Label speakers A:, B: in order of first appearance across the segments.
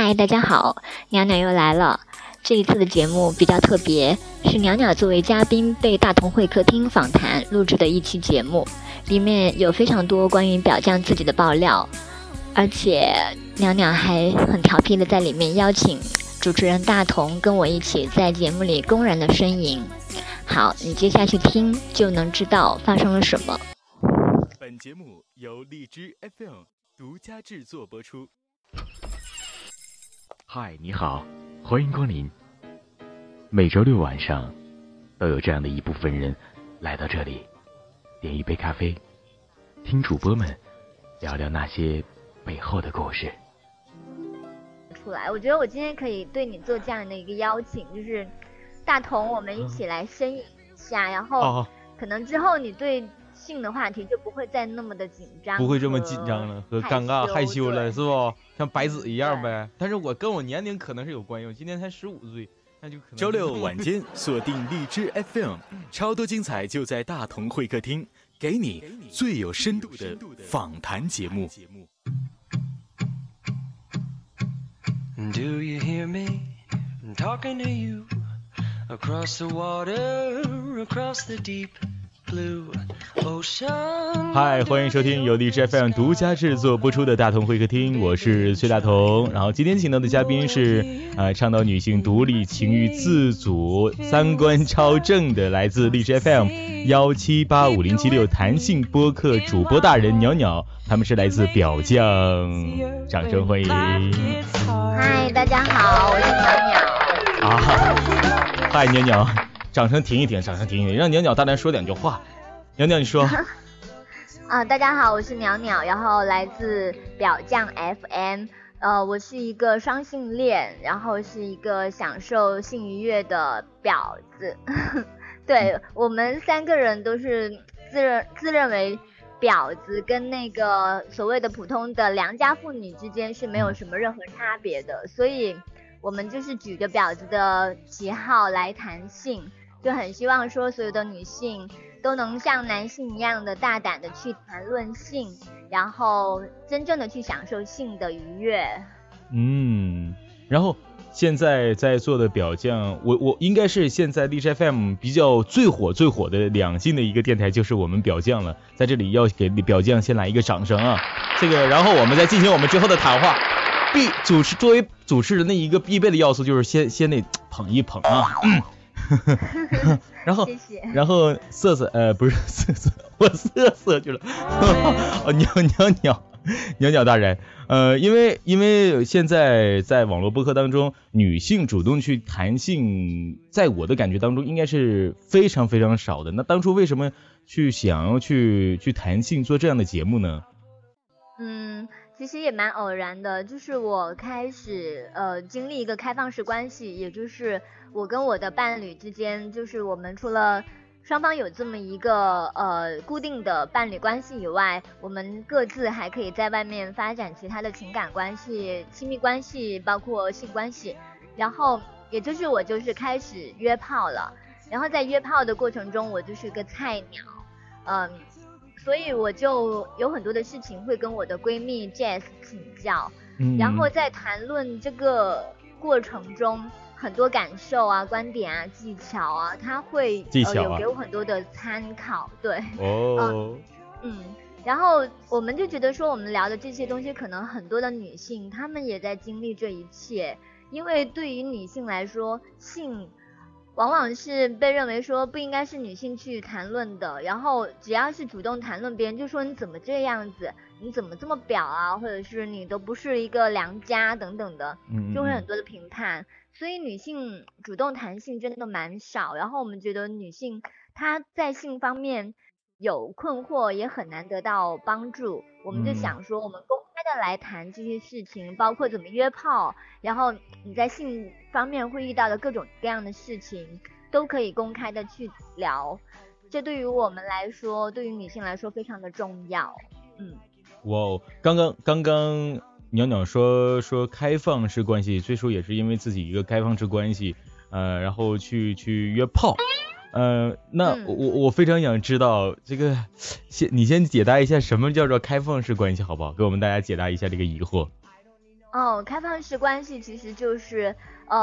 A: 嗨，大家好，袅袅又来了。这一次的节目比较特别，是袅袅作为嘉宾被大同会客厅访谈录制的一期节目，里面有非常多关于表酱自己的爆料，而且袅袅还很调皮的在里面邀请主持人大同跟我一起在节目里公然的呻吟。好，你接下去听就能知道发生了什么。
B: 本节目由荔枝 FM 独家制作播出。
C: 嗨，你好，欢迎光临。每周六晚上都有这样的一部分人来到这里，点一杯咖啡，听主播们聊聊那些背后的故事。
A: 出来，我觉得我今天可以对你做这样的一个邀请，就是大同，我们一起来呻吟一下，然后可能之后你对性的话题就不会再那么的紧张，
D: 不会这么紧张了和尴尬害羞了，是不？像白纸一样呗。但是我跟我年龄可能是有关系，我今年才15岁，那就可能。
B: 周六晚间锁定荔枝 FM， 超多精彩就在大同会客厅，给你最有深度的访谈节目。
E: Do you hear me? I'm talking to you across the water, across the deep blue ocean.
D: 嗨，欢迎收听由荔枝 FM 独家制作播出的大同会客厅，我是崔大同。然后今天请到的嘉宾是倡导女性独立、情欲自主、三观超正的来自荔枝 FM 1785076弹性播客主播大人袅袅，他们是来自表酱，掌声欢迎。
A: 嗨，大家好，我是袅袅。
D: 嗨，袅袅，掌声停一停，掌声停一停，让袅袅大胆说两句话。袅袅，你说。
A: 大家好，我是袅袅，然后来自表酱 FM。我是一个双性恋，然后是一个享受性愉悦的婊子。对，我们三个人都是自认为婊子跟那个所谓的普通的良家妇女之间是没有什么任何差别的，所以我们就是举着婊子的旗号来谈性，就很希望说所有的女性都能像男性一样的大胆的去谈论性，然后真正的去享受性的愉悦。
D: 然后现在在做的表酱，我应该是现在荔枝 FM 比较最火的两性的一个电台，就是我们表酱了。在这里要给表酱先来一个掌声啊！这个，然后我们再进行我们之后的谈话。作为主持人的一个必备的要素就是先得捧一捧啊。然后
A: 谢谢。
D: 然后不是瑟，我瑟去了。袅袅大人，因为现在在网络播客当中，女性主动去谈性，在我的感觉当中应该是非常非常少的。那当初为什么想要去谈性做这样的节目呢？
A: 其实也蛮偶然的，就是我开始经历一个开放式关系，也就是我跟我的伴侣之间，就是我们除了双方有这么一个固定的伴侣关系以外，我们各自还可以在外面发展其他的情感关系、亲密关系，包括性关系。然后也就是我就是开始约炮了，然后在约炮的过程中，我就是个菜鸟，所以我就有很多的事情会跟我的闺蜜 Jess 请教，然后在谈论这个过程中，很多感受啊、观点啊、技巧啊，他会有给我很多的参考，对。然后我们就觉得说，我们聊的这些东西，可能很多的女性她们也在经历这一切，因为对于女性来说，性往往是被认为说不应该是女性去谈论的，然后只要是主动谈论，别人就说你怎么这样子，你怎么这么婊啊，或者是你都不是一个良家等等的，就会很多的评判。所以女性主动谈性真的蛮少，然后我们觉得女性她在性方面有困惑也很难得到帮助，我们就想说我们公开的来谈这些事情，包括怎么约炮，然后你在性方面会遇到的各种各样的事情都可以公开的去聊，这对于我们来说，对于女性来说非常的重要。
D: 刚刚袅袅说开放式关系，最初也是因为自己一个开放式关系，然后去约炮。那我非常想知道这个，你先解答一下什么叫做开放式关系好不好？给我们大家解答一下这个疑惑。
A: 开放式关系其实就是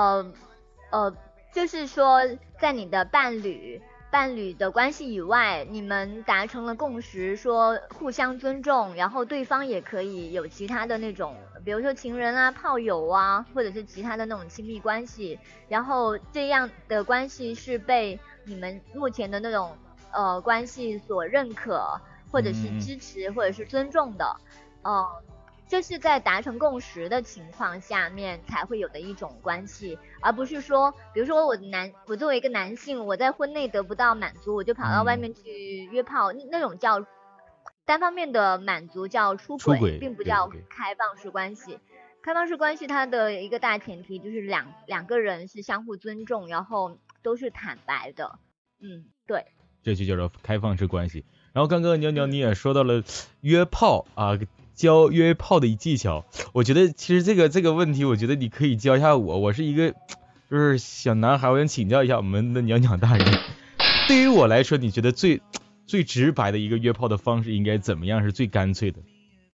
A: 就是说在你的伴侣的关系以外，你们达成了共识，说互相尊重，然后对方也可以有其他的那种，比如说情人啊、炮友啊，或者是其他的那种亲密关系，然后这样的关系是被你们目前的那种关系所认可，或者是支持，或者是尊重的，这是在达成共识的情况下面才会有的一种关系，而不是说，比如说我作为一个男性，我在婚内得不到满足，我就跑到外面去约炮，那种叫单方面的满足，叫出轨，并不叫开放式关系。开放式关系它的一个大前提就是两个人是相互尊重，然后都是坦白的。对，
D: 这就叫做开放式关系。然后刚刚鸟鸟你也说到了约炮啊，教约炮的技巧，我觉得其实这个问题，我觉得你可以教一下我是一个就是小男孩，我想请教一下我们的鸟鸟大人。对于我来说，你觉得最直白的一个约炮的方式应该怎么样是最干脆的？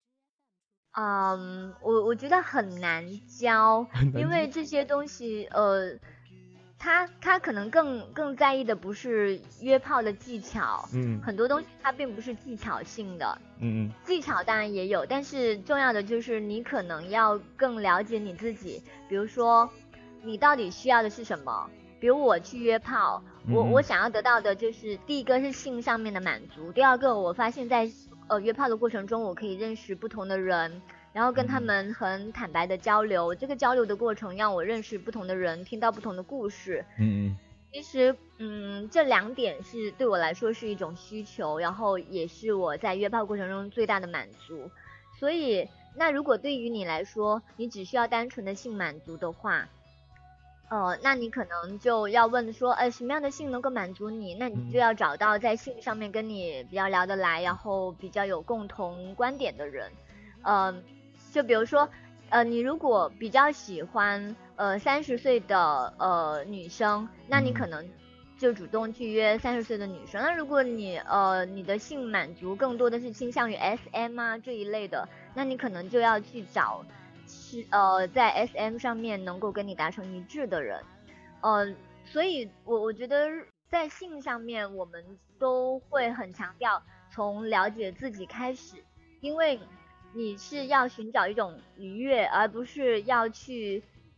A: 我觉得很难教，因为这些东西他可能更在意的不是约炮的技巧，很多东西它并不是技巧性的，技巧当然也有，但是重要的就是你可能要更了解你自己，比如说你到底需要的是什么。比如我去约炮，我想要得到的就是第一个是性上面的满足，第二个我发现在约炮的过程中，我可以认识不同的人，然后跟他们很坦白的交流，这个交流的过程让我认识不同的人，听到不同的故事。其实这两点是对我来说是一种需求，然后也是我在约炮过程中最大的满足。所以那如果对于你来说，你只需要单纯的性满足的话，那你可能就要问说，什么样的性能够满足你？那你就要找到在性上面跟你比较聊得来，然后比较有共同观点的人。就比如说，你如果比较喜欢30岁的女生，那你可能就主动去约30岁的女生。那如果你的性满足更多的是倾向于 SM 啊这一类的，那你可能就要去找在 SM 上面能够跟你达成一致的人。所以我觉得在性上面我们都会很强调从了解自己开始，因为你是要寻找一种愉悦，而不是要去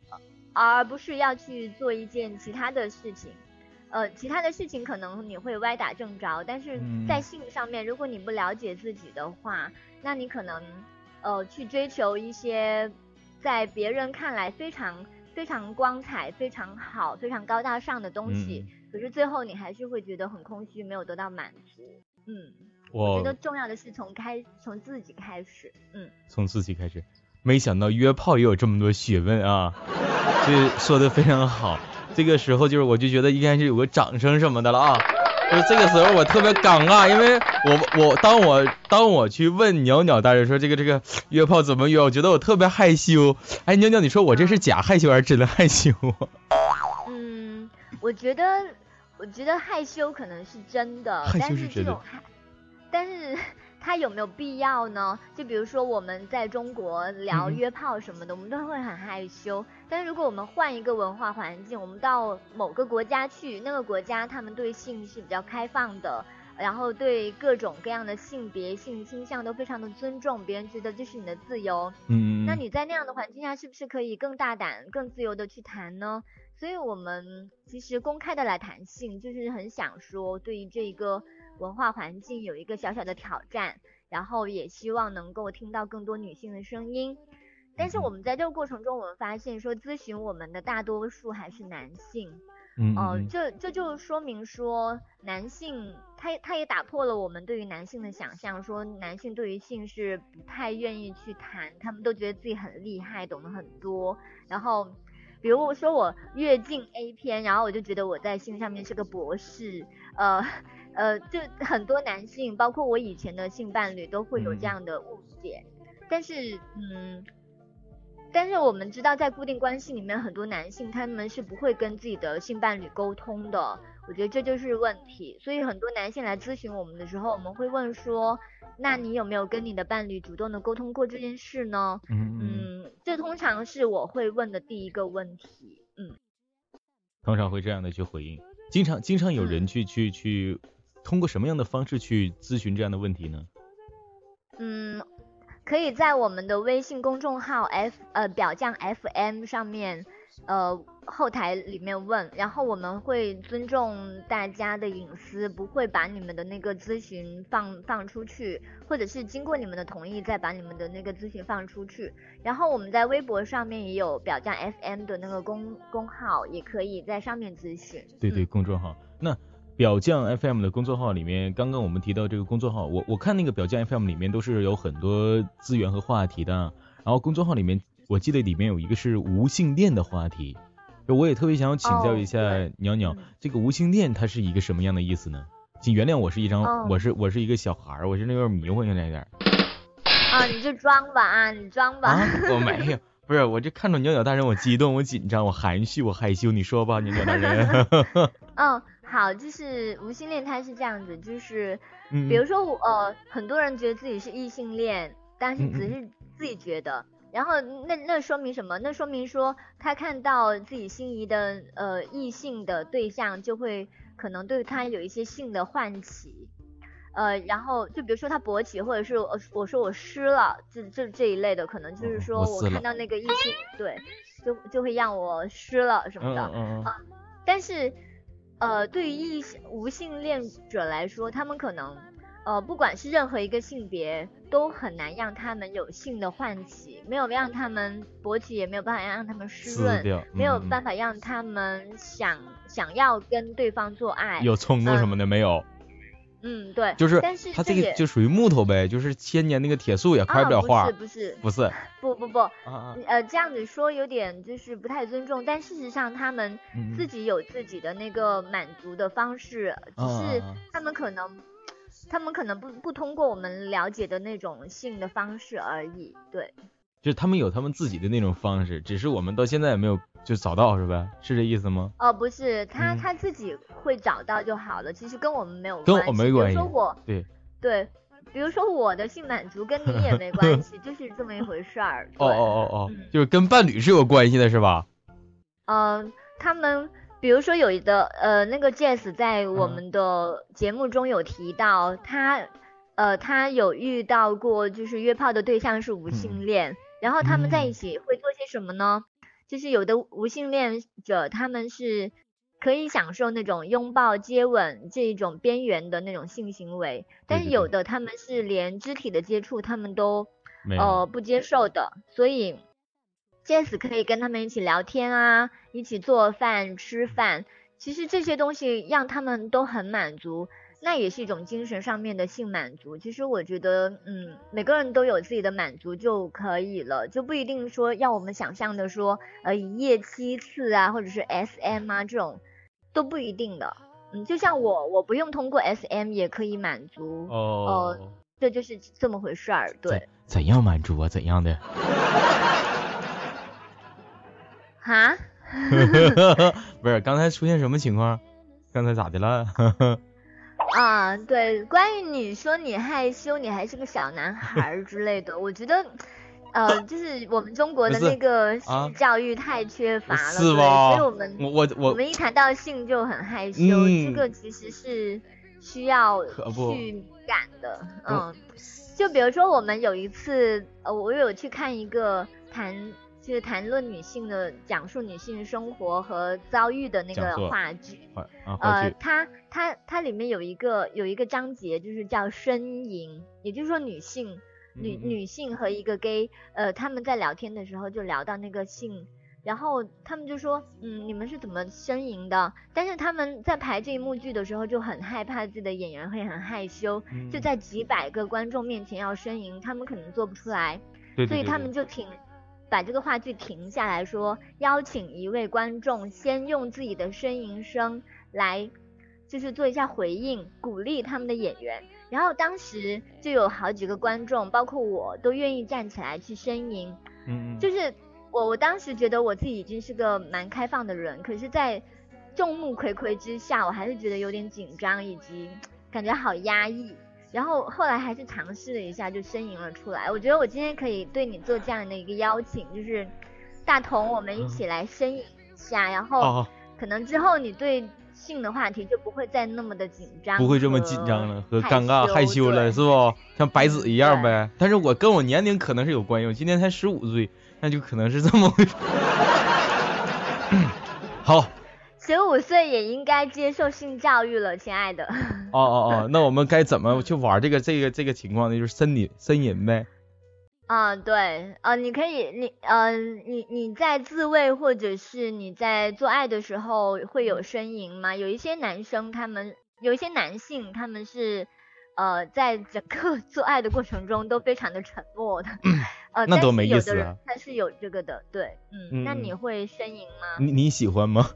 A: 做一件其他的事情。其他的事情可能你会歪打正着，但是在性上面，如果你不了解自己的话，那你可能去追求一些在别人看来非常非常光彩、非常好、非常高大上的东西，可是最后你还是会觉得很空虚，没有得到满足。我觉得重要的是从自己开始。
D: 从自己开始。没想到约炮也有这么多学问啊，这说的非常好。这个时候我就觉得应该是有个掌声什么的了啊。就是这个时候我特别尴尬，因为当我去问鸟鸟大人说这个约炮怎么约，我觉得我特别害羞。鸟鸟，你说我这是假害羞还是真的害羞啊？
A: 我觉得害羞可能是真的，但是它有没有必要呢？就比如说我们在中国聊约炮什么的，我们都会很害羞。但是如果我们换一个文化环境，我们到某个国家去，那个国家他们对性是比较开放的，然后对各种各样的性别、性倾向都非常的尊重，别人觉得这是你的自由。那你在那样的环境下，是不是可以更大胆、更自由的去谈呢？所以我们其实公开的来谈性，就是很想说对于这个文化环境有一个小小的挑战，然后也希望能够听到更多女性的声音。但是我们在这个过程中，我们发现说咨询我们的大多数还是男性。这就说明说男性他也打破了我们对于男性的想象，说男性对于性是不太愿意去谈，他们都觉得自己很厉害，懂得很多。然后比如说我阅尽 A 片，然后我就觉得我在性上面是个博士。就很多男性包括我以前的性伴侣都会有这样的误解。但是我们知道在固定关系里面，很多男性他们是不会跟自己的性伴侣沟通的。 我觉得这就是问题。所以很多男性来咨询我们的时候，我们会问说，那你有没有跟你的伴侣主动的沟通过这件事呢？这通常是我会问的第一个问题。
D: 通常会这样的去回应。经常有人去通过什么样的方式去咨询这样的问题呢？
A: 可以在我们的微信公众号表匠 FM 上面后台里面问，然后我们会尊重大家的隐私，不会把你们的那个咨询放出去，或者是经过你们的同意再把你们的那个咨询放出去。然后我们在微博上面也有表匠 FM 的那个公号，也可以在上面咨询。
D: 对，公众号。那表匠 FM 的公众号里面，刚刚我们提到这个公众号，我看那个表匠 FM 里面都是有很多资源和话题的，然后公众号里面我记得里面有一个是无性恋的话题，我也特别想要请教一下鸟鸟，这个无性恋它是一个什么样的意思呢？请原谅我是我是一个小孩，我是那个迷糊有点
A: 你就装吧你装吧
D: 我没有，不是，我就看到鸟鸟大人我激动，我紧张，我含蓄，我害羞，你说吧，鸟鸟大人
A: 好，就是无性恋它是这样子，就是比如说很多人觉得自己是异性恋，但是只是自己觉得，然后那说明什么？那说明说他看到自己心仪的异性的对象，就会可能对他有一些性的唤起，然后就比如说他勃起，或者是我说我湿了，这一类的，可能就是说我看到那个异性，对，就会让我湿了什么的，但是对于无性恋者来说，他们可能不管是任何一个性别，都很难让他们有性的唤起，没有让他们勃起，也没有办法让他们湿润，没有办法让他们想要跟对方做爱，
D: 有冲动什么的没有。
A: 对，
D: 就是
A: 但是
D: 他这个就属于木头呗，就是千年那个铁树也开不了花。
A: 不是，不，这样子说有点就是不太尊重，但事实上他们自己有自己的那个满足的方式，只是他们可能不通过我们了解的那种性的方式而已，对。
D: 就是他们有他们自己的那种方式，只是我们到现在也没有就找到，是吧？是这意思吗？
A: 不是，他自己会找到就好了，其实跟我们没有关系。
D: 跟我没关系。
A: 比如说对，比如说我的性满足跟你也没关系，就是这么一回事儿。
D: 就是跟伴侣是有关系的，是吧？
A: 他们比如说有一个那个 Jess 在我们的节目中有提到，他有遇到过就是约炮的对象是无性恋。然后他们在一起会做些什么呢？就是有的无性恋者他们是可以享受那种拥抱接吻这种边缘的那种性行为，但是有的他们是连肢体的接触他们都不接受的，所以 Jess 可以跟他们一起聊天啊，一起做饭吃饭，其实这些东西让他们都很满足，那也是一种精神上面的性满足。其实我觉得每个人都有自己的满足就可以了，就不一定说要我们想象的说一夜7次啊，或者是 SM 啊，这种都不一定的。就像我不用通过 SM 也可以满足这就是这么回事儿。对，
D: 怎样满足啊？怎样的？
A: 哈
D: 不是，刚才出现什么情况？刚才咋的了？
A: 对，关于你说你害羞，你还是个小男孩之类的，我觉得就是我们中国的那个性教育太缺乏了，
D: 是吧？
A: 所以我们一谈到性就很害羞，这个其实是需要去感的。就比如说我们有一次我有去看一个就是谈论女性的讲述女性生活和遭遇的那个话剧，它里面有一个章节就是叫呻吟，也就是说女性和一个 gay 他们在聊天的时候就聊到那个性，然后他们就说你们是怎么呻吟的，但是他们在排这一幕剧的时候就很害怕自己的演员会很害羞，就在几百个观众面前要呻吟，他们可能做不出来，所以他们就把这个话剧停下来说，邀请一位观众先用自己的呻吟声来就是做一下回应，鼓励他们的演员。然后当时就有好几个观众包括我都愿意站起来去呻吟。就是我当时觉得我自己已经是个蛮开放的人，可是在众目睽睽之下，我还是觉得有点紧张，以及感觉好压抑。然后后来还是尝试了一下，就呻吟了出来。我觉得我今天可以对你做这样的一个邀请，就是大同，我们一起来呻吟一下，然后可能之后你对性的话题就不会再那么的紧张，
D: 不会这么紧张了和尴尬害羞了，是不？像白纸一样呗。但是我跟我年龄可能是有关系，我今年才15岁，那就可能是这么回事。好。
A: 15岁也应该接受性教育了，亲爱的。
D: 那我们该怎么去玩这个情况呢？就是呻吟呗。
A: 对，你可以，你在自慰或者是你在做爱的时候会有呻吟吗？有一些男性他们是在整个做爱的过程中都非常的沉默的。
D: 那多没意思啊。
A: 但是有的人他是有这个的，对，那你会呻吟吗？
D: 你喜欢吗？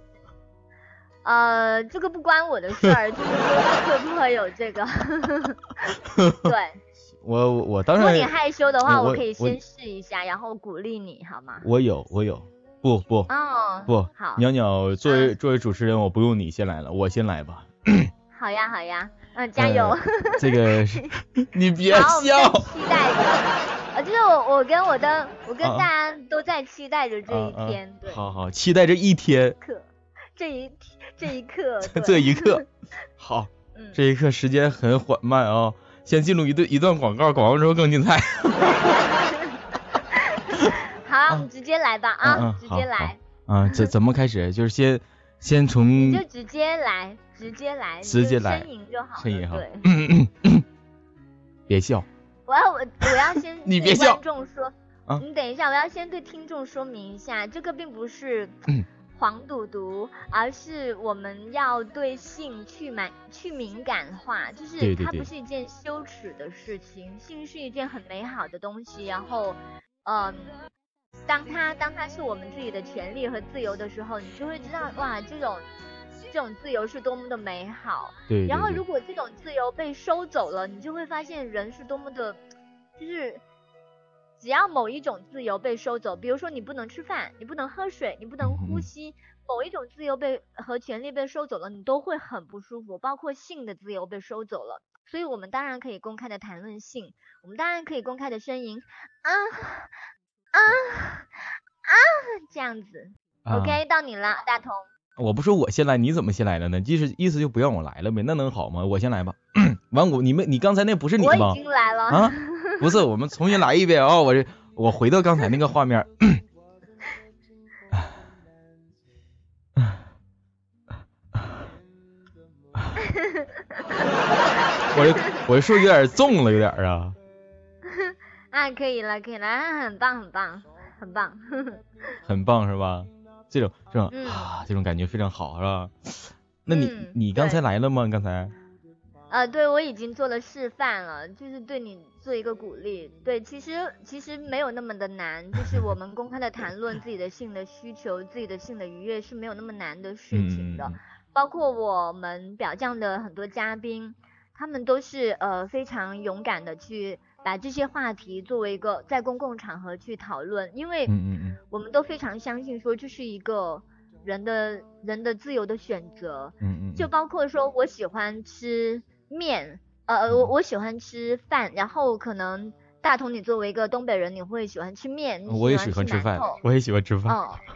A: 这个不关我的事儿，就是说会不会有这个。对，
D: 我当然。
A: 如果你害羞的话，我可以先试一下，然后鼓励你好吗？
D: 我有，不，不，
A: 好，
D: 袅袅作为主持人，我不用你先来了，我先来吧。
A: 好呀，加油。
D: 这个你别笑。
A: 期待着，就是我跟大家都在期待着这一天。对，
D: 好，期待这一天。
A: 这一刻，
D: 这一刻，好，这一刻时间很缓慢啊，先进入一段广告，广告之后更精彩。
A: 好，你直接来吧直接来。
D: 怎么开始？就是先从。
A: 你就直接来，呻吟就好了。
D: 呻吟好。
A: 对。
D: 别笑。
A: 我要先
D: 你别笑。
A: 观众说，你等一下，我要先对听众说明一下，这个并不是。黄赌毒，而是我们要对性去敏感化，就是它不是一件羞耻的事情，性是一件很美好的东西。然后，当它是我们自己的权利和自由的时候，你就会知道，哇，这种自由是多么的美好。
D: 对。
A: 然后，如果这种自由被收走了，你就会发现人是多么的，就是。只要某一种自由被收走，比如说你不能吃饭，你不能喝水，你不能呼吸，某一种自由和权利被收走了，你都会很不舒服。包括性的自由被收走了，所以我们当然可以公开的谈论性，我们当然可以公开的呻吟这样子。OK， 到你了，大同。
D: 我不说我先来，你怎么先来了呢？意思就不让我来了呗，那能好吗？我先来吧。完你刚才那不是你吗？
A: 我已经来了。
D: 不是，我们重新来一遍啊！我回到刚才那个画面。我这说有点重了，有点啊。
A: 可以了，很棒，
D: 很棒是吧？这种感觉非常好是吧？那你刚才来了吗？刚才？
A: 对，我已经做了示范了，就是对你做一个鼓励。对，其实没有那么的难，就是我们公开的谈论自己的性的需求、自己的性的愉悦是没有那么难的事情的。包括我们表酱的很多嘉宾，他们都是非常勇敢的去把这些话题作为一个在公共场合去讨论，因为我们都非常相信说这是一个人的自由的选择。就包括说我喜欢吃面，我喜欢吃饭，然后可能大同你作为一个东北人，你会喜欢吃面，
D: 我也喜欢吃饭，我也喜欢吃饭。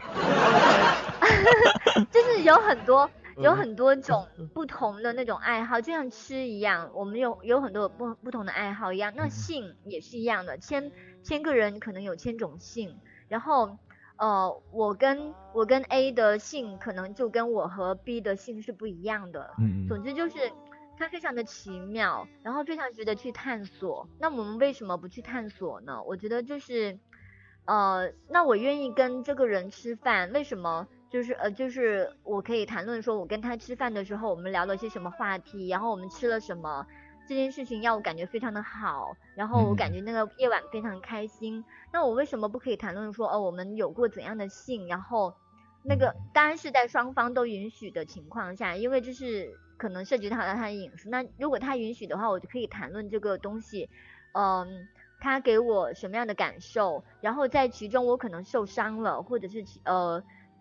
A: 就是有很多种不同的那种爱好，就像吃一样，我们有很多不同的爱好一样，那性也是一样的，千个人可能有千种性，然后我跟 A 的性可能就跟我和 B 的性是不一样的。总之就是它非常的奇妙，然后非常值得去探索。那我们为什么不去探索呢？我觉得就是那我愿意跟这个人吃饭，为什么就是我可以谈论说我跟他吃饭的时候我们聊了些什么话题，然后我们吃了什么，这件事情让我感觉非常的好，然后我感觉那个夜晚非常开心。那我为什么不可以谈论说我们有过怎样的性，然后那个当然是在双方都允许的情况下，因为这是可能涉及到他的隐私。那如果他允许的话，我就可以谈论这个东西，他给我什么样的感受，然后在其中我可能受伤了，或者是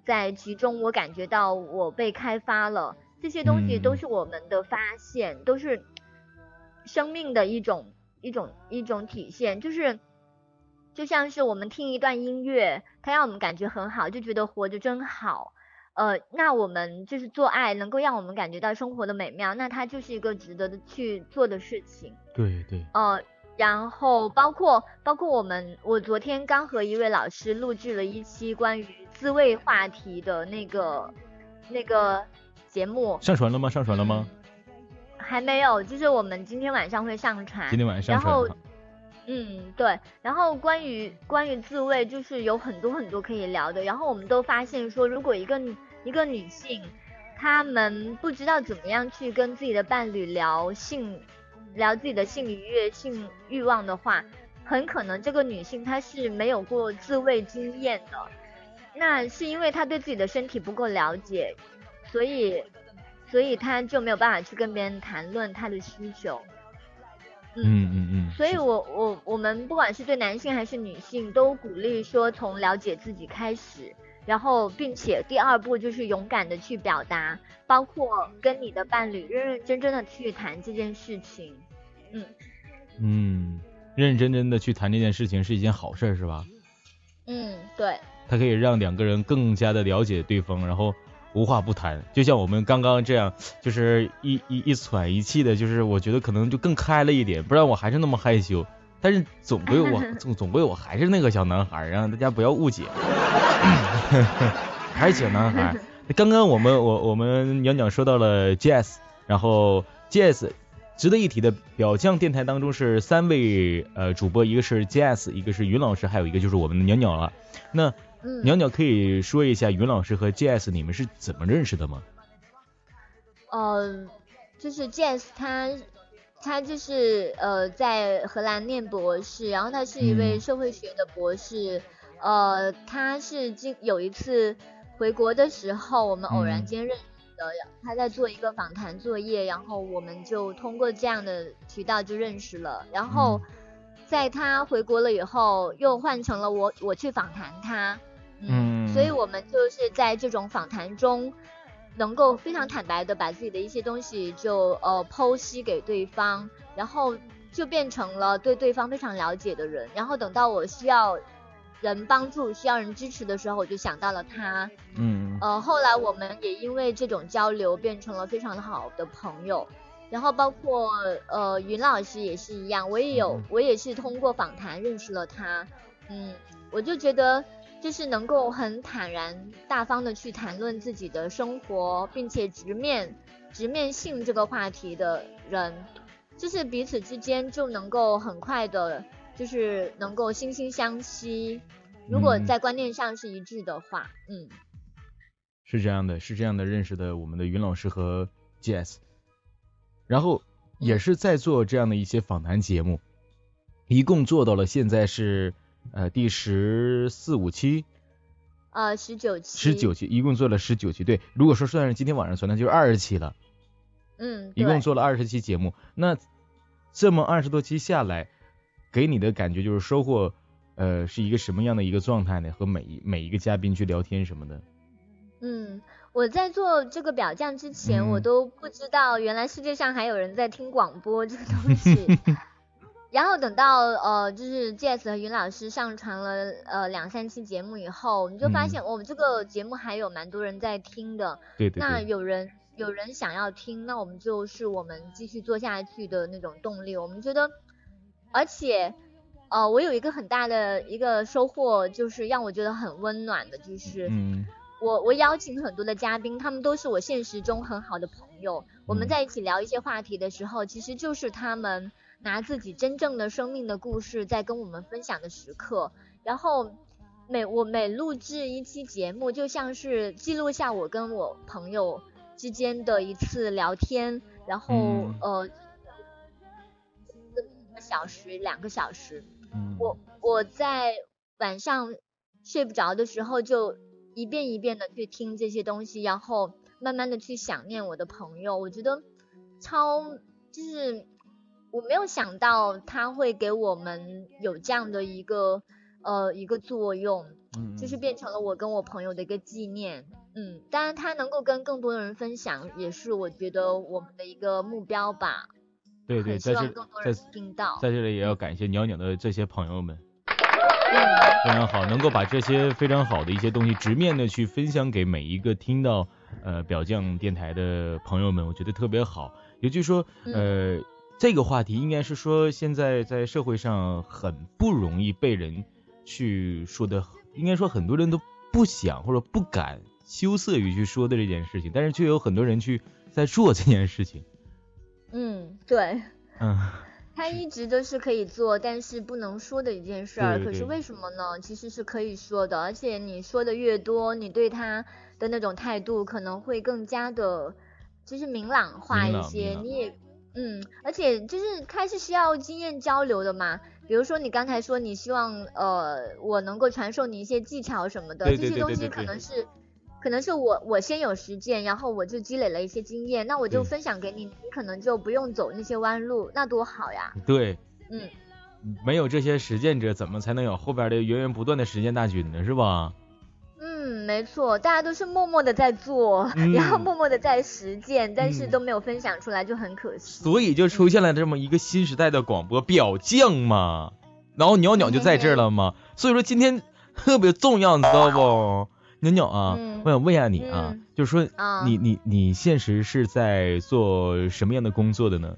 A: 在其中我感觉到我被开发了，这些东西都是我们的发现，都是生命的一种体现，就像是我们听一段音乐，它让我们感觉很好，就觉得活着真好。那我们就是做爱能够让我们感觉到生活的美妙，那它就是一个值得的去做的事情。
D: 对对。
A: 然后包括我昨天刚和一位老师录制了一期关于自慰话题的那个节目。
D: 上传了吗？
A: 还没有，就是我们今天晚上会上传。
D: 今天晚上上传。
A: 然后对，然后关于自慰就是有很多很多可以聊的，然后我们都发现说，如果一个女性她们不知道怎么样去跟自己的伴侣聊自己的性愉悦、性欲望的话，很可能这个女性她是没有过自慰经验的，那是因为她对自己的身体不够了解，所以她就没有办法去跟别人谈论她的需求。所以我们不管是对男性还是女性，都鼓励说从了解自己开始，然后并且第二步就是勇敢的去表达，包括跟你的伴侣认认真真的去谈这件事情。
D: 认认真真的去谈这件事情是一件好事，是吧？
A: 对。
D: 它可以让两个人更加的了解对方，然后无话不谈，就像我们刚刚这样，就是一喘一气的，就是我觉得可能就更开了一点，不然我还是那么害羞。但是总归我还是那个小男孩，让大家不要误解，还是小男孩。刚刚我们鸟鸟说到了 Jazz， 然后 Jazz 值得一提的表象电台当中是3位主播，一个是 Jazz， 一个是云老师，还有一个就是我们的鸟鸟了。那鸟鸟可以说一下云老师和 Jazz 你们是怎么认识的吗？
A: 就是 Jazz 他就是在荷兰念博士，然后他是一位社会学的博士。他是有一次回国的时候我们偶然间认识的，他在做一个访谈作业，然后我们就通过这样的渠道就认识了，然后在他回国了以后又换成了我去访谈他。所以我们就是在这种访谈中能够非常坦白的把自己的一些东西就剖析给对方，然后就变成了对对方非常了解的人，然后等到我需要人帮助需要人支持的时候，我就想到了他。后来我们也因为这种交流变成了非常好的朋友，然后包括云老师也是一样，我也是通过访谈认识了他。我就觉得就是能够很坦然大方的去谈论自己的生活，并且直面性这个话题的人，就是彼此之间就能够很快的就是能够惺惺相惜，如果在观念上是一致的话。
D: 是这样的认识的我们的云老师和 Jazz， 然后也是在做这样的一些访谈节目，一共做到了现在是第14、15期，19期，一共做了19期。对，如果说算是今天晚上算，那就是20期了。一共做了20期节目。那这么20多期下来，给你的感觉就是收获是一个什么样的一个状态呢？和每一个嘉宾去聊天什么的。
A: 我在做这个表象之前，我都不知道原来世界上还有人在听广播这个东西。然后等到就是 Jazz 和云老师上传了2、3期节目以后，我们就发现我们这个节目还有蛮多人在听的。
D: 对。
A: 那有人想要听，那我们就是我们继续做下去的那种动力。我们觉得，而且我有一个很大的一个收获，就是让我觉得很温暖的，就是我邀请很多的嘉宾，他们都是我现实中很好的朋友。我们在一起聊一些话题的时候，其实就是他们拿自己真正的生命的故事在跟我们分享的时刻。然后我每录制一期节目，就像是记录下我跟我朋友之间的一次聊天，然后1个小时、2个小时。我在晚上睡不着的时候就一遍一遍的去听这些东西，然后慢慢的去想念我的朋友。我觉得就是我没有想到他会给我们有这样的一个一个作用，就是变成了我跟我朋友的一个纪念。当然它能够跟更多的人分享，也是我觉得我们的一个目标吧。
D: 对，
A: 希望更多人听到。
D: 在这里也要感谢袅袅的这些朋友们。非常好，能够把这些非常好的一些东西直面的去分享给每一个听到表酱电台的朋友们，我觉得特别好。也就是说这个话题应该是说现在在社会上很不容易被人去说的，应该说很多人都不想或者不敢羞涩于去说的这件事情，但是却有很多人去在做这件事情。
A: 对，它一直都是可以做但是不能说的一件事儿。可是为什么呢？其实是可以说的，而且你说的越多，你对它的那种态度可能会更加的就是明朗化一些。你也而且就是开始需要经验交流的嘛。比如说你刚才说你希望我能够传授你一些技巧什么的，这些东西可能是我先有实践，然后我就积累了一些经验，那我就分享给你，你可能就不用走那些弯路，那多好呀。
D: 对，没有这些实践者，怎么才能有后边的源源不断的实践大军呢？是吧？
A: 没错，大家都是默默的在做，然后默默的在实践，但是都没有分享出来，就很可惜。
D: 所以就出现了这么一个新时代的广播表酱嘛，然后袅袅就在这儿了嘛。所以说今天特别重要，你知道不？袅袅啊，我想问一下你啊，就是说你现实是在做什么样的工作的呢？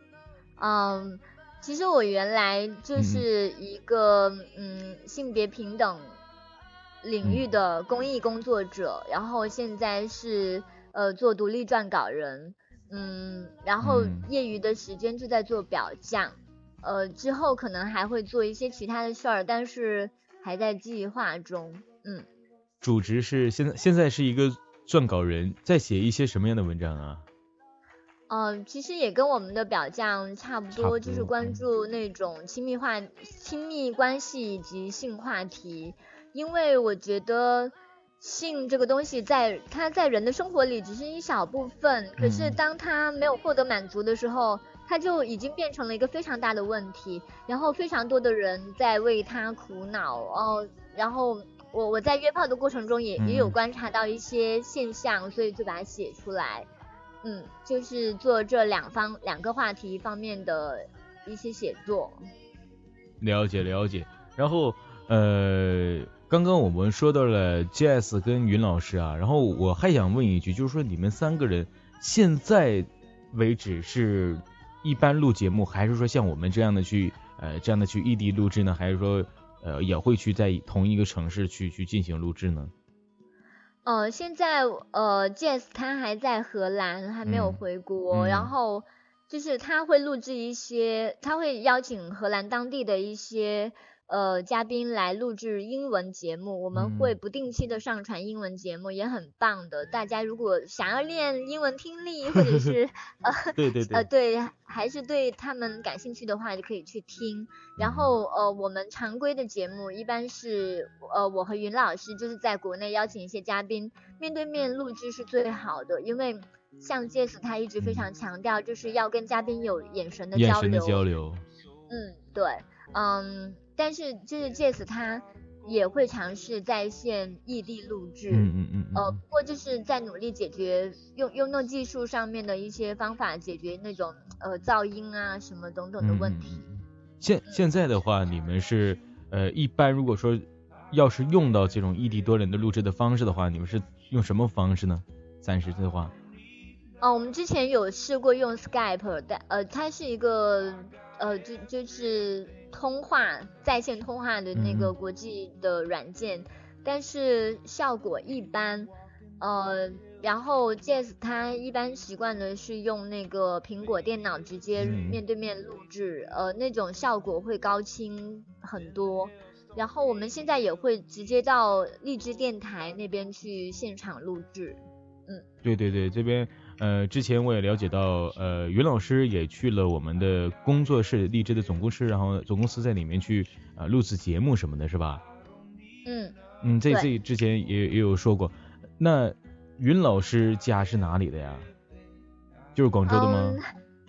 A: 其实我原来就是一个性别平等领域的公益工作者，然后现在是做独立撰稿人，然后业余的时间就在做表酱，之后可能还会做一些其他的事儿，但是还在计划中。
D: 主职是现在是一个撰稿人，在写一些什么样的文章啊？
A: 其实也跟我们的表酱差不多，就是关注那种亲密关系以及性话题。因为我觉得性这个东西它在人的生活里只是一小部分，可是当它没有获得满足的时候，它就已经变成了一个非常大的问题，然后非常多的人在为它苦恼。然后我在约炮的过程中也有观察到一些现象，所以就把它写出来。就是做这两个话题方面的一些写作。
D: 了解。然后刚刚我们说到了 Jazz 跟云老师啊，然后我还想问一句，就是说你们三个人现在为止是一般录节目，还是说像我们这样的去异地录制呢？还是说也会去在同一个城市去进行录制呢？
A: 现在Jazz 他还在荷兰，还没有回国，然后就是他会录制一些，他会邀请荷兰当地的一些嘉宾来录制英文节目，我们会不定期的上传英文节目，也很棒的。大家如果想要练英文听力，或者是对，还是对他们感兴趣的话，就可以去听。然后我们常规的节目一般是我和云老师就是在国内邀请一些嘉宾，面对面录制是最好的，因为像 Jess 他一直非常强调就是要跟嘉宾有眼神的交流。对，但是就是 Jess 他也会尝试在线异地录制，不过就是在努力解决用那种技术上面的一些方法解决那种噪音啊什么等等的问题。
D: 现在的话，你们是一般如果说要是用到这种异地多人的录制的方式的话，你们是用什么方式呢？暂时的话，
A: 我们之前有试过用 Skype， 但它是一个就是在线通话的那个国际的软件，但是效果一般。然后 Jazz 他一般习惯的是用那个苹果电脑直接面对面录制，那种效果会高清很多。然后我们现在也会直接到荔枝电台那边去现场录制。
D: 对，这边之前我也了解到，云老师也去了我们的工作室，荔枝的总公司，然后总公司在里面去录制节目什么的，是吧？这之前也有说过。那云老师家是哪里的呀？就是广州的吗？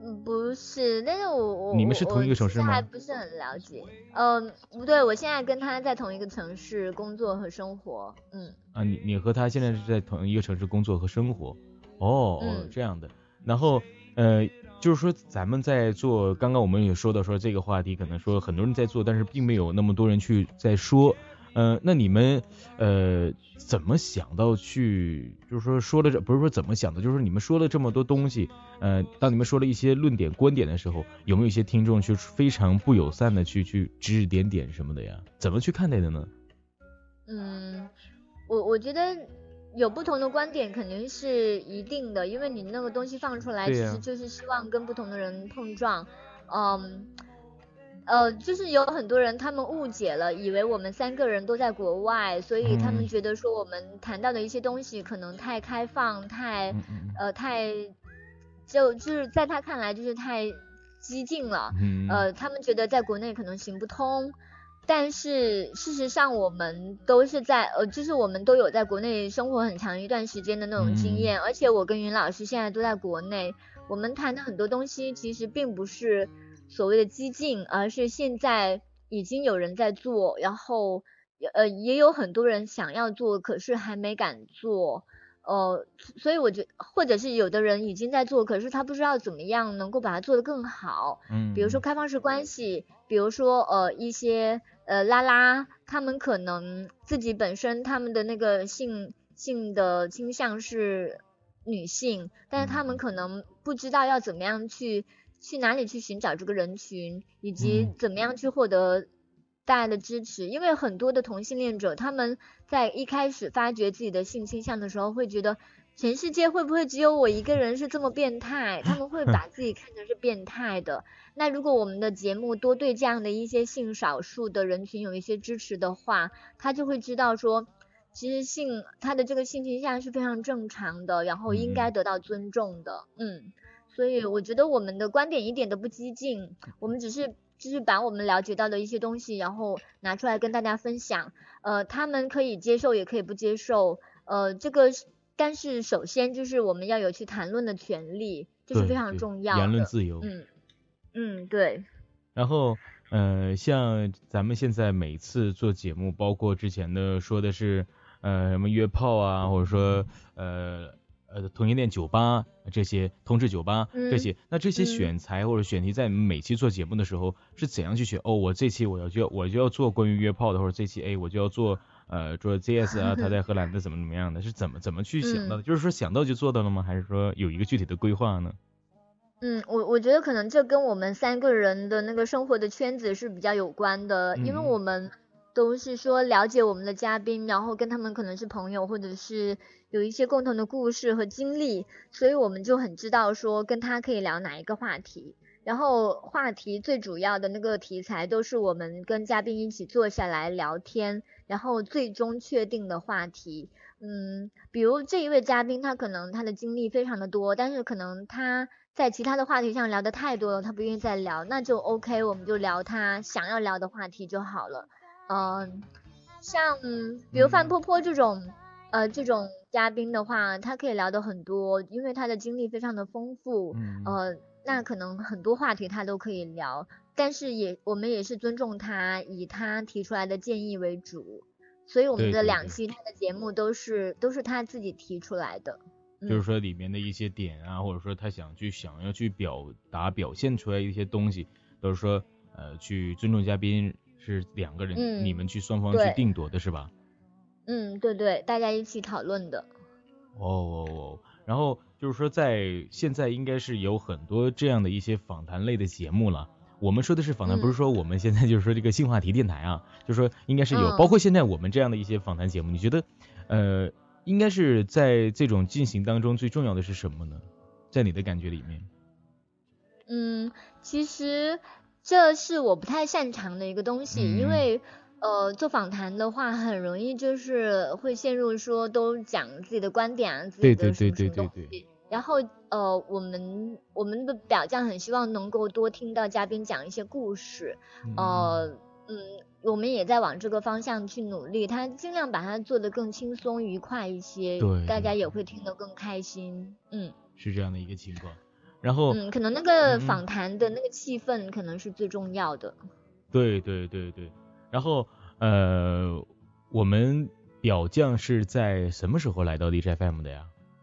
A: 不是，但是
D: 你们是同一个城市吗？
A: 还不是很了解。不对，我现在跟他在同一个城市工作和生活。
D: 你和他现在是在同一个城市工作和生活。这样的。然后就是说咱们在做，刚刚我们也说到说这个话题可能说很多人在做，但是并没有那么多人去在说。那你们怎么想到去，就是说了不是说怎么想的，就是你们说了这么多东西，当你们说了一些论点观点的时候，有没有一些听众去非常不友善的去指指点点什么的呀？怎么去看待的呢？
A: 我觉得有不同的观点肯定是一定的，因为你那个东西放出来，其实就是希望跟不同的人碰撞。就是有很多人他们误解了，以为我们3个人都在国外，所以他们觉得说我们谈到的一些东西可能太开放，太就是在他看来就是太激进了。他们觉得在国内可能行不通。但是事实上我们都是在就是我们都有在国内生活很长一段时间的那种经验，而且我跟云老师现在都在国内，我们谈的很多东西其实并不是所谓的激进，而是现在已经有人在做，然后也有很多人想要做，可是还没敢做。所以我觉得，或者是有的人已经在做，可是他不知道怎么样能够把它做得更好。比如说开放式关系，比如说一些拉拉，他们可能自己本身他们的那个性的倾向是女性，但是他们可能不知道要怎么样去哪里去寻找这个人群，以及怎么样去获得大家的支持。因为很多的同性恋者，他们在一开始发掘自己的性倾向的时候，会觉得全世界会不会只有我一个人是这么变态，他们会把自己看成是变态的。那如果我们的节目多对这样的一些性少数的人群有一些支持的话，他就会知道说其实他的这个性倾向是非常正常的，然后应该得到尊重的。所以我觉得我们的观点一点都不激进，我们只是就是把我们了解到的一些东西，然后拿出来跟大家分享。他们可以接受也可以不接受，但是首先就是我们要有去谈论的权利，这是非常重要的。
D: 言论自由。
A: 对。
D: 然后像咱们现在每次做节目，包括之前的说的是什么约炮啊，或者说同性恋酒吧这些，同志酒吧这些，那这些选材或者选题在每期做节目的时候是怎样去选？我这期我就要做关于约炮的，或者这期我就要做做 ZS 啊，他在荷兰的怎么样的，是怎么去想到的？就是说想到就做到了吗？还是说有一个具体的规划呢？
A: 我觉得可能这跟我们3个人的那个生活的圈子是比较有关的，因为我们都是说了解我们的嘉宾，然后跟他们可能是朋友，或者是有一些共同的故事和经历，所以我们就很知道说跟他可以聊哪一个话题，然后话题最主要的那个题材都是我们跟嘉宾一起坐下来聊天，然后最终确定的话题。比如这一位嘉宾他可能他的经历非常的多，但是可能他在其他的话题上聊得太多了，他不愿意再聊，那就 OK， 我们就聊他想要聊的话题就好了。像比如范坡坡这种嘉宾的话，他可以聊得很多，因为他的经历非常的丰富。那可能很多话题他都可以聊，但是我们也是尊重他，以他提出来的建议为主，所以我们的2期他的节目都是他自己提出来的。
D: 就是说里面的一些点啊，或者说他想要去表现出来一些东西，都是说去尊重嘉宾，是2个人你们去双方去定夺的是吧？
A: 对，大家一起讨论的。
D: 然后就是说在现在应该是有很多这样的一些访谈类的节目了。我们说的是访谈，不是说我们现在就是说这个性话题电台啊，就是说应该是有，包括现在我们这样的一些访谈节目，你觉得应该是在这种进行当中最重要的是什么呢？在你的感觉里面？
A: 其实这是我不太擅长的一个东西，因为做访谈的话很容易就是会陷入说都讲自己的观点啊，自己的什么东西。然后我们的表匠很希望能够多听到嘉宾讲一些故事。我们也在往这个方向去努力，他尽量把它做得更轻松愉快一些，大家也会听得更开心。
D: 是这样的一个情况。 然后
A: 可能那个访谈的那个气氛可能是最重要的。
D: 对对对对，然后我们表酱是在什么时候来到荔枝 FM 的呀？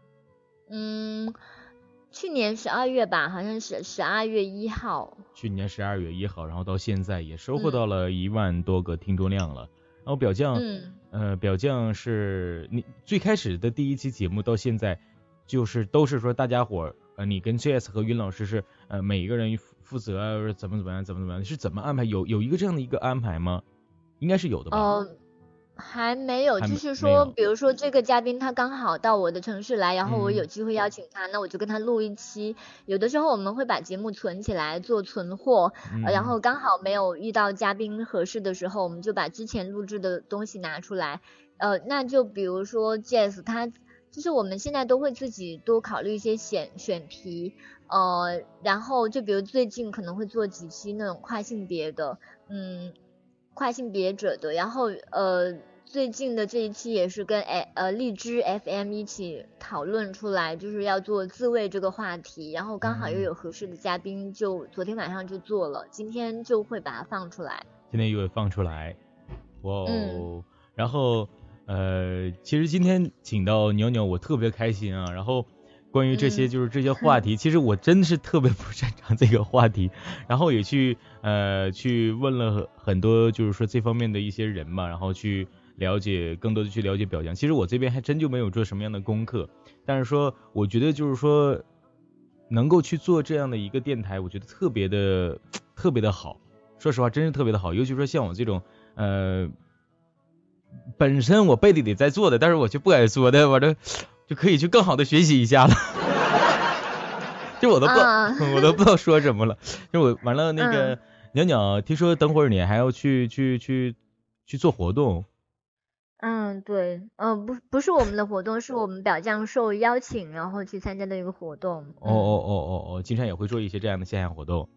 A: 去年12月吧，好像是12月1号。
D: 去年12月1号，然后到现在也收获到了1万多个听众量了。然后表酱，表酱是你最开始的第一期节目到现在，就是都是说大家伙你跟 JS 和云老师是每一个人负责啊，怎么样，是怎么安排？有一个这样的一个安排吗？应该是有的吧。
A: 还没有，就是说比如说这个嘉宾他刚好到我的城市来，然后我有机会邀请他，那我就跟他录一期。有的时候我们会把节目存起来做存货，然后刚好没有遇到嘉宾合适的时候，我们就把之前录制的东西拿出来。那就比如说 Jazz 他就是我们现在都会自己多考虑一些选题，然后就比如最近可能会做几期那种跨性别的，跨性别者的，然后最近的这一期也是跟荔枝 FM 一起讨论出来，就是要做自慰这个话题，然后刚好又有合适的嘉宾，就昨天晚上就做了，今天就会把它放出来。
D: 今天又会放出来，哇然后其实今天请到袅袅我特别开心啊，然后关于这些就是这些话题，其实我真是特别不擅长这个话题，然后也去问了很多就是说这方面的一些人嘛，然后去更多的去了解表酱。其实我这边还真就没有做什么样的功课，但是说我觉得就是说能够去做这样的一个电台，我觉得特别的好，说实话真是特别的好，尤其说像我这种本身我背地里在做的，但是我就不敢说的，我这就可以去更好的学习一下了。就我都不知道说什么了。就我完了那个袅袅，听说等会儿你还要去做活动。
A: 对，不是我们的活动，是我们表酱受邀请然后去参加的一个活动。
D: 经常也会做一些这样的线下活动。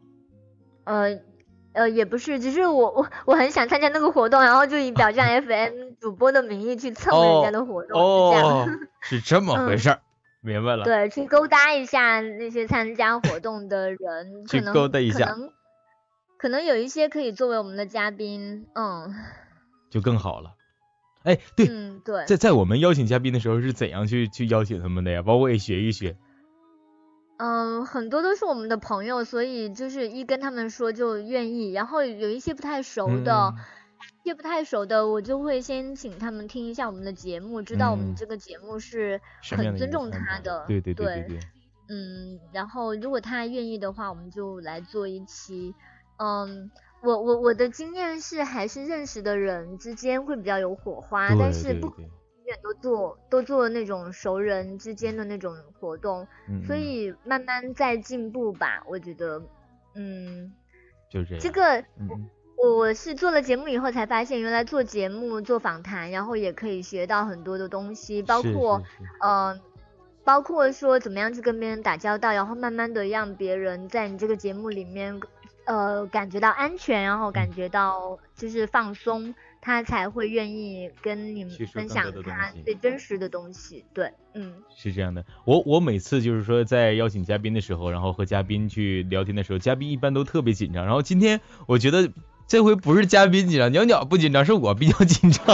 A: 也不是，只是我很想参加那个活动，然后就以表酱 FM 主播的名义去蹭人家的活动，
D: 是这么回事儿。明白了。
A: 对，去勾搭一下那些参加活动的人，
D: 去勾搭一下，
A: 可能有一些可以作为我们的嘉宾，
D: 就更好了。哎，对，
A: 对，
D: 在我们邀请嘉宾的时候是怎样去邀请他们的呀？包括也学一学。
A: 很多都是我们的朋友，所以就是一跟他们说就愿意，然后有一些不太熟的，我就会先请他们听一下我们的节目，知道我们这个节目是很尊重他的。
D: 对。
A: 然后如果他愿意的话，我们就来做一期。我的经验是还是认识的人之间会比较有火花，但是不可能永远都做那种熟人之间的那种活动，所以慢慢在进步吧，我觉得，
D: 就这样。
A: 这个我是做了节目以后才发现，原来做节目做访谈，然后也可以学到很多的东西，包括说怎么样去跟别人打交道，然后慢慢的让别人在你这个节目里面感觉到安全，然后感觉到就是放松，他才会愿意跟你们分享他最真实的东西。对，
D: 是这样的。我每次就是说在邀请嘉宾的时候，然后和嘉宾去聊天的时候，嘉宾一般都特别紧张，然后今天我觉得这回不是嘉宾紧张，袅袅不紧张，是我比较紧张。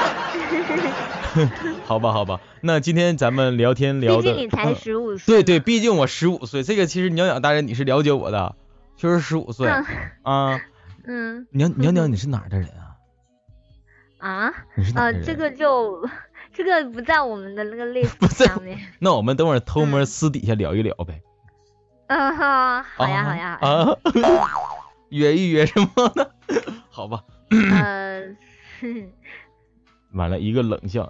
D: 好吧，那今天咱们聊天聊的，
A: 毕竟你才15岁。
D: 对，毕竟我15岁，这个其实袅袅大人你是了解我的，确实15岁啊。袅袅你是哪儿的人啊？
A: 你是哪儿的人？这个不在我们的那个 list 上面。
D: 那我们等会儿偷摸私底下聊一聊呗。
A: 好呀。
D: 约一约什么呢？好吧。完了一个冷笑，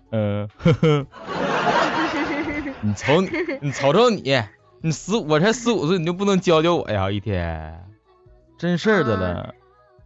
D: 你瞅你，我才15岁，你就不能教教我呀？一天，真事儿的了。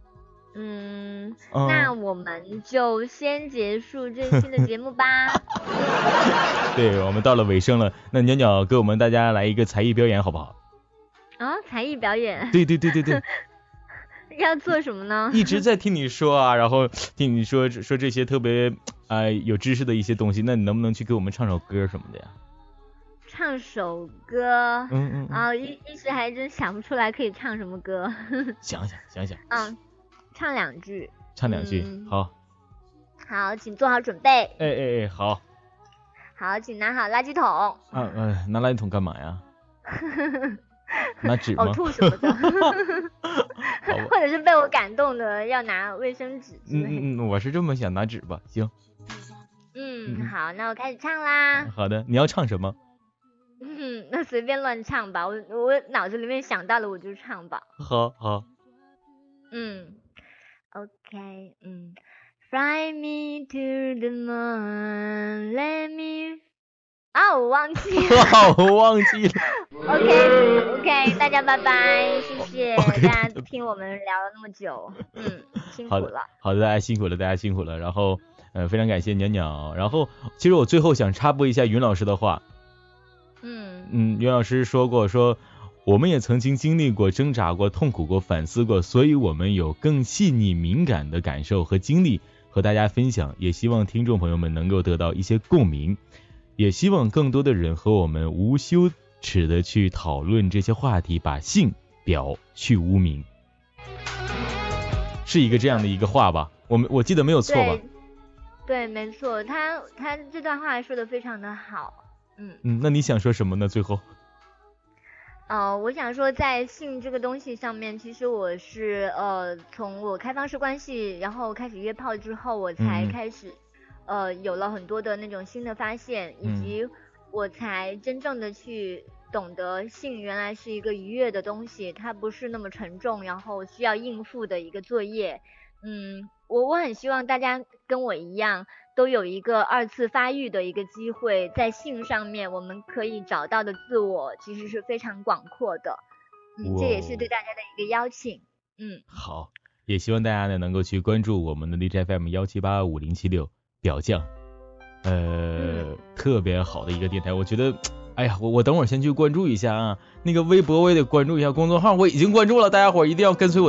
A: 那我们就先结束这期的节目吧。
D: 对，我们到了尾声了，那袅袅给我们大家来一个才艺表演好不好？
A: 才艺表演？
D: 对。
A: 要做什么呢？
D: 一直在听你说啊，然后听你说这些特别有知识的一些东西，那你能不能去给我们唱首歌什么的呀？
A: 唱首歌。
D: 嗯，
A: 一时还真想不出来可以唱什么歌。
D: 想想。
A: 唱2句。
D: 唱2句，好。
A: 好，请做好准备。
D: 哎，好。
A: 好，请拿好垃圾桶。
D: 拿垃圾桶干嘛呀？拿纸吗？
A: 呕吐什么的。或者是被我感动的要拿卫生纸之类的。
D: 我是这么想，拿纸吧，行。
A: 好，那我开始唱啦。
D: 好的，你要唱什么？
A: 那随便乱唱吧，我脑子里面想到了我就唱吧。
D: 好。
A: OK，Fly me to the moon, let me 我忘记了。
D: 我忘记了。
A: OK， 大家拜拜，谢谢大家听我们聊了那么久，辛苦了。
D: 好的，大家辛苦了。然后非常感谢鸟鸟。然后其实我最后想插播一下云老师的话。云老师说过，我们也曾经经历过、挣扎过、痛苦过、反思过，所以我们有更细腻敏感的感受和经历和大家分享，也希望听众朋友们能够得到一些共鸣，也希望更多的人和我们无羞耻的去讨论这些话题，把性表去污名，是一个这样的一个话吧？我记得没有错吧？
A: 对，没错，他这段话说的非常的好。
D: 那你想说什么呢？最后？
A: 我想说，在性这个东西上面，其实我是从我开放式关系，然后开始约炮之后，我才开始有了很多的那种新的发现，以及我才真正的去懂得性原来是一个愉悦的东西，它不是那么沉重，然后需要应付的一个作业。我很希望大家跟我一样，都有一个2次发育的一个机会，在性上面我们可以找到的自我其实是非常广阔的。这也是对大家的一个邀请。
D: 好，也希望大家呢能够去关注我们的荔枝 FM 1785076表酱，特别好的一个电台，我觉得。哎呀，我等会儿先去关注一下啊，那个微博我也得关注一下，公众号我已经关注了，大家伙一定要跟随我。